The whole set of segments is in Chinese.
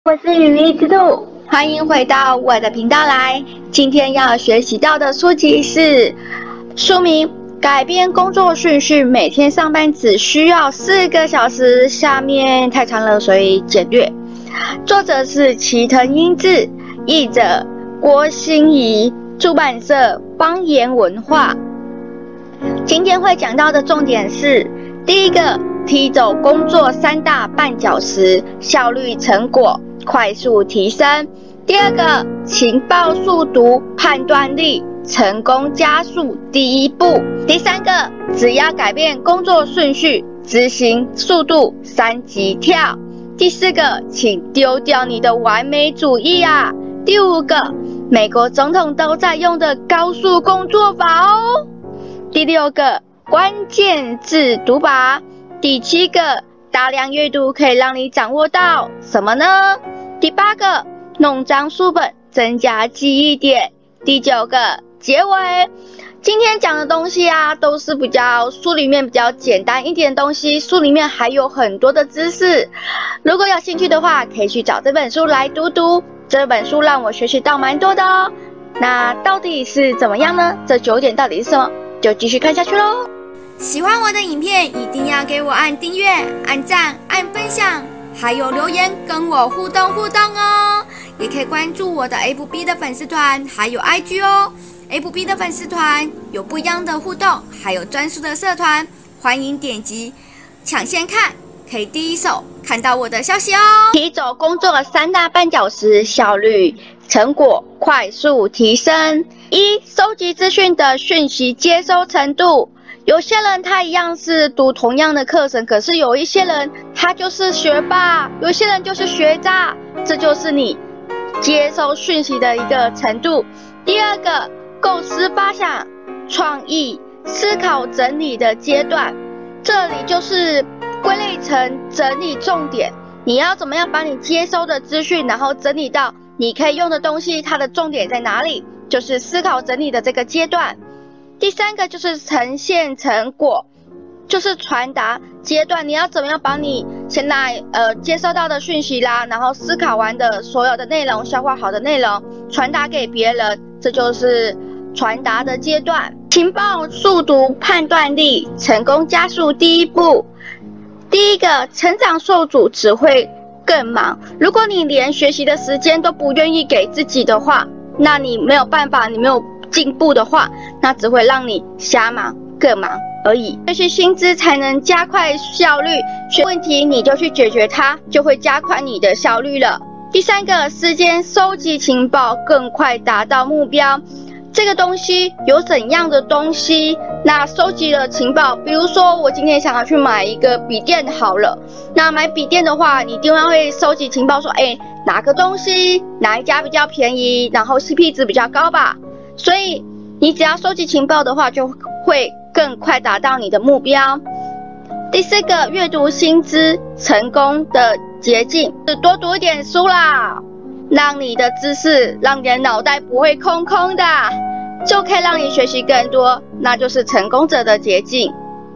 我是羽翼之兔，欢迎回到我的频道来。今天要学习到的书籍是书名《改变工作顺序，每天上班只需要4个小时》，下面太长了，所以简略。作者是齐藤英治，译者郭心怡，出版社邦彦文化。今天会讲到的重点是：第一个，踢走工作3大绊脚石，效率成果快速提升；第二个，情报速读判断力，成功加速第一步；第三个，只要改变工作顺序，执行速度3级跳；第四个，请丢掉你的完美主义啊；第五个，美国总统都在用的高速工作法哦；第六个，关键字读法；第七个，大量阅读可以让你掌握到什么呢？第八个，弄脏书本增加记忆点；第九个，结尾。今天讲的东西啊，都是书里面比较简单一点的东西，书里面还有很多的知识。如果有兴趣的话，可以去找这本书来读读。这本书让我学习到蛮多的哦。那到底是怎么样呢？这9点到底是什么？就继续看下去咯。 喜欢我的影片，一定要给我按订阅、按赞、按分享，还有留言跟我互动哦。也可以关注我的 FB 的粉丝团，还有 IG 哦。FB 的粉丝团有不一样的互动，还有专属的社团，欢迎点击抢先看，可以第一手看到我的消息哦。 踢走工作3大绊脚石，效率成果快速提升。1、收集资讯的讯息接收程度。有些人他一样是读同样的课程，可是有一些人他就是学霸，有些人就是学渣，这就是你接收讯息的一个程度。第二个，构思发想、创意、思考整理的阶段，这里就是归类成整理重点，你要怎么样把你接收的资讯，然后整理到你可以用的东西，它的重点在哪里，就是思考整理的这个阶段。第三个就是呈现成果，就是传达阶段，你要怎么样把你现在接收到的讯息啦，然后思考完的所有的内容，消化好的内容传达给别人，这就是传达的阶段。情报速读判断力，成功加速第一步。第一个，成长受阻只会更忙。如果你连学习的时间都不愿意给自己的话，那你没有办法，你没有进步的话，那只会让你瞎忙更忙而已。学习新知才能加快效率，学问题你就去解决它，就会加快你的效率了。第三个，时间收集情报更快达到目标。这个东西有怎样的东西，那收集了情报，比如说我今天想要去买一个笔电好了，那买笔电的话，你一定会收集情报说，哪个东西哪一家比较便宜，然后 CP 值比较高吧。所以你只要收集情报的话，就会更快达到你的目标。第四个，阅读新知成功的捷径是多读一点书啦，让你的知识，让你的脑袋不会空空的，就可以让你学习更多，那就是成功者的捷径。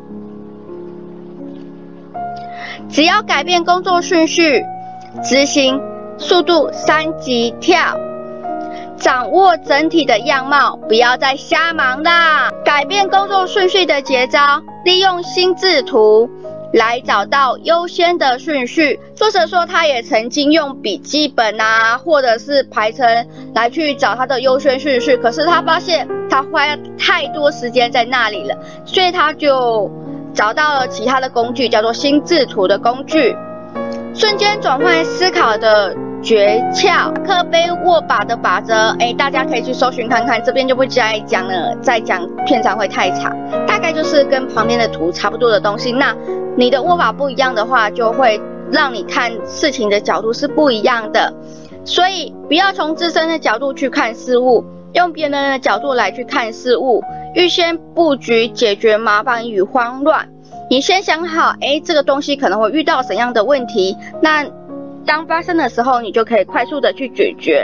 只要改变工作顺序，执行速度3级跳。掌握整体的样貌，不要再瞎忙啦！改变工作顺序的节招，利用心智图来找到优先的顺序。作者说他也曾经用笔记本啊，或者是排程来去找他的优先顺序，可是他发现他花太多时间在那里了，所以他就找到了其他的工具，叫做心智图的工具。瞬间转换思考的诀窍，马克杯握把的法则，大家可以去搜寻看看，这边就不再讲了，再讲片长会太长。大概就是跟旁边的图差不多的东西，那你的握法不一样的话，就会让你看事情的角度是不一样的。所以不要从自身的角度去看事物，用别人的角度来去看事物，预先布局解决麻烦与慌乱。你先想好，这个东西可能会遇到怎样的问题，那当发生的时候，你就可以快速的去解决。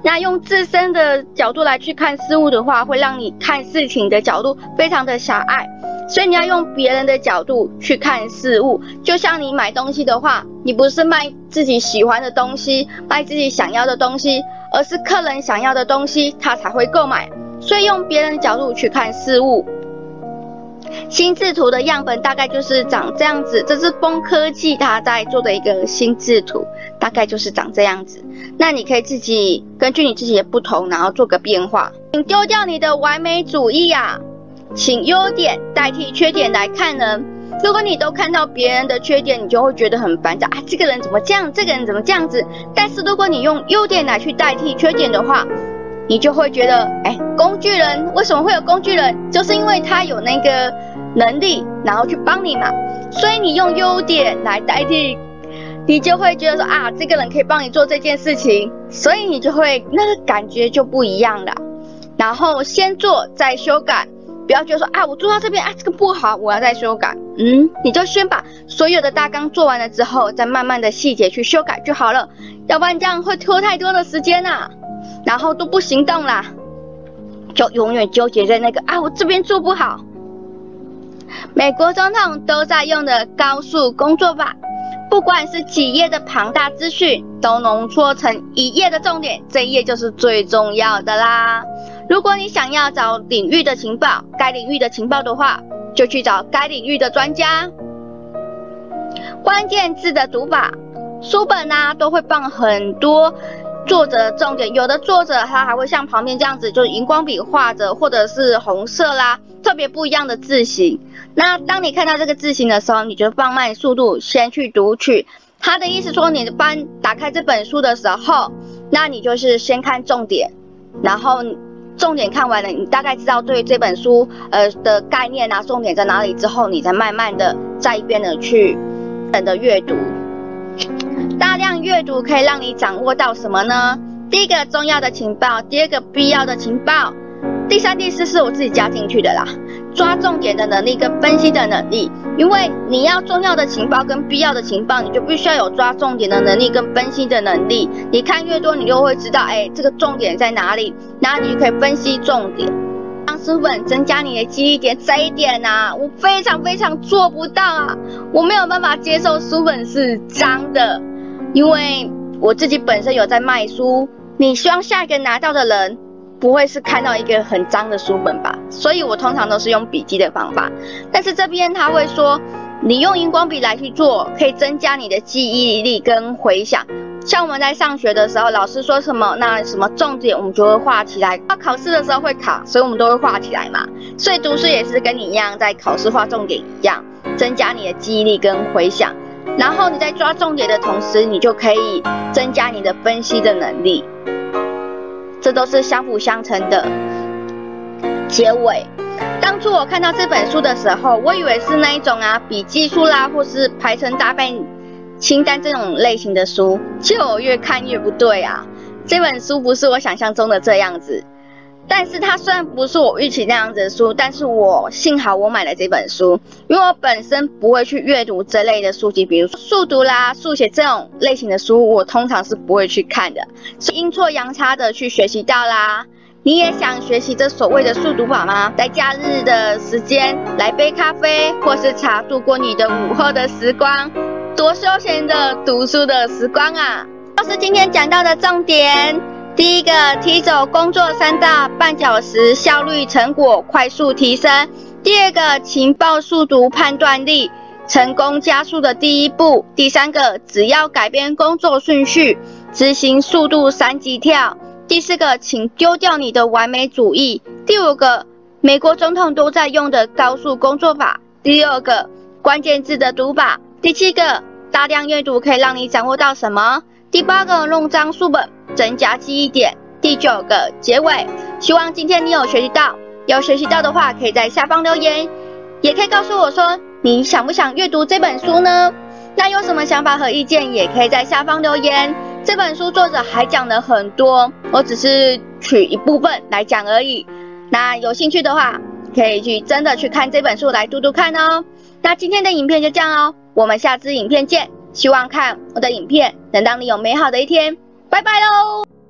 那用自身的角度来去看事物的话，会让你看事情的角度非常的狭隘，所以你要用别人的角度去看事物。就像你买东西的话，你不是卖自己喜欢的东西，卖自己想要的东西，而是客人想要的东西，他才会购买。所以用别人的角度去看事物。心智图的样本大概就是长这样子，这是风科技他在做的一个心智图，大概就是长这样子。那你可以自己根据你自己的不同，然后做个变化。请丢掉你的完美主义啊，请优点代替缺点来看人。如果你都看到别人的缺点，你就会觉得很烦躁啊，这个人怎么这样，这个人怎么这样子。但是如果你用优点来去代替缺点的话，你就会觉得，工具人为什么会有工具人？就是因为他有那个能力，然后去帮你嘛。所以你用优点来代替，你就会觉得说啊，这个人可以帮你做这件事情，所以你就会那个感觉就不一样了。然后先做再修改，不要觉得说啊，我做到这边啊，这个不好，我要再修改。你就先把所有的大纲做完了之后，再慢慢的细节去修改就好了，要不然这样会拖太多的时间啊。然后都不行动啦，就永远纠结在那个啊，我这边做不好。美国总统都在用的高速工作法，不管是几页的庞大资讯，都浓缩成一页的重点，这一页就是最重要的啦。如果你想要找领域的情报，该领域的情报的话，就去找该领域的专家。关键字的读法，书本都会放很多作者的重点，有的作者他还会像旁边这样子，就是荧光笔画着，或者是红色啦，特别不一样的字形。那当你看到这个字形的时候，你就放慢速度，先去读取。他的意思说，你打开这本书的时候，那你就是先看重点，然后重点看完了，你大概知道对这本书的概念重点在哪里之后，你再慢慢的再一遍的去阅读。大量阅读可以让你掌握到什么呢？第一个重要的情报，第二个必要的情报，第三、第四是我自己加进去的啦。抓重点的能力跟分析的能力，因为你要重要的情报跟必要的情报，你就必须要有抓重点的能力跟分析的能力。你看越多，你就会知道，这个重点在哪里，然后你就可以分析重点。让书本增加你的记忆点，这一点我非常非常做不到啊！我没有办法接受书本是脏的。因为我自己本身有在卖书，你希望下一个拿到的人不会是看到一个很脏的书本吧？所以我通常都是用笔记的方法。但是这边他会说，你用荧光笔来去做，可以增加你的记忆力跟回想。像我们在上学的时候，老师说什么，那什么重点我们就会画起来。考试的时候会考，所以我们都会画起来嘛。所以读书也是跟你一样，在考试画重点一样，增加你的记忆力跟回想。然后你在抓重点的同时，你就可以增加你的分析的能力，这都是相辅相成的。结尾，当初我看到这本书的时候，我以为是那一种笔记书啦，或是排成大便清单这种类型的书，结果我越看越不对啊。这本书不是我想象中的这样子。但是它虽然不是我预期那样子的书，但是幸好我买了这本书，因为我本身不会去阅读这类的书籍，比如说速读啦、速写这种类型的书，我通常是不会去看的，所以阴错阳差的去学习到啦。你也想学习这所谓的速读法吗？在假日的时间来杯咖啡或是茶，度过你的午后的时光，多休闲的读书的时光啊！这是今天讲到的重点。第一个，提走工作3大绊脚石，效率成果快速提升。第二个，情报速读判断力，成功加速的第一步。第三个，只要改变工作顺序，执行速度3级跳。第四个，请丢掉你的完美主义。第五个，美国总统都在用的高速工作法。第六个，关键字的读法。第七个，大量阅读可以让你掌握到什么？第八个，弄脏书本，增加记忆点。第9个，结尾。希望今天你有学习到，有学习到的话，可以在下方留言，也可以告诉我说你想不想阅读这本书呢？那有什么想法和意见，也可以在下方留言。这本书作者还讲了很多，我只是取一部分来讲而已。那有兴趣的话，可以真的去看这本书来读读看哦。那今天的影片就这样哦，我们下支影片见。希望看我的影片能让你有美好的一天，拜拜喽！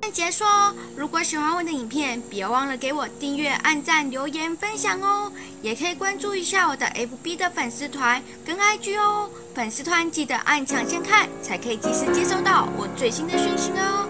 解说。如果喜欢我的影片，别忘了给我订阅、按赞、留言、分享哦。也可以关注一下我的 FB 的粉丝团跟 IG 哦。粉丝团记得按抢先看，才可以及时接收到我最新的讯息哦。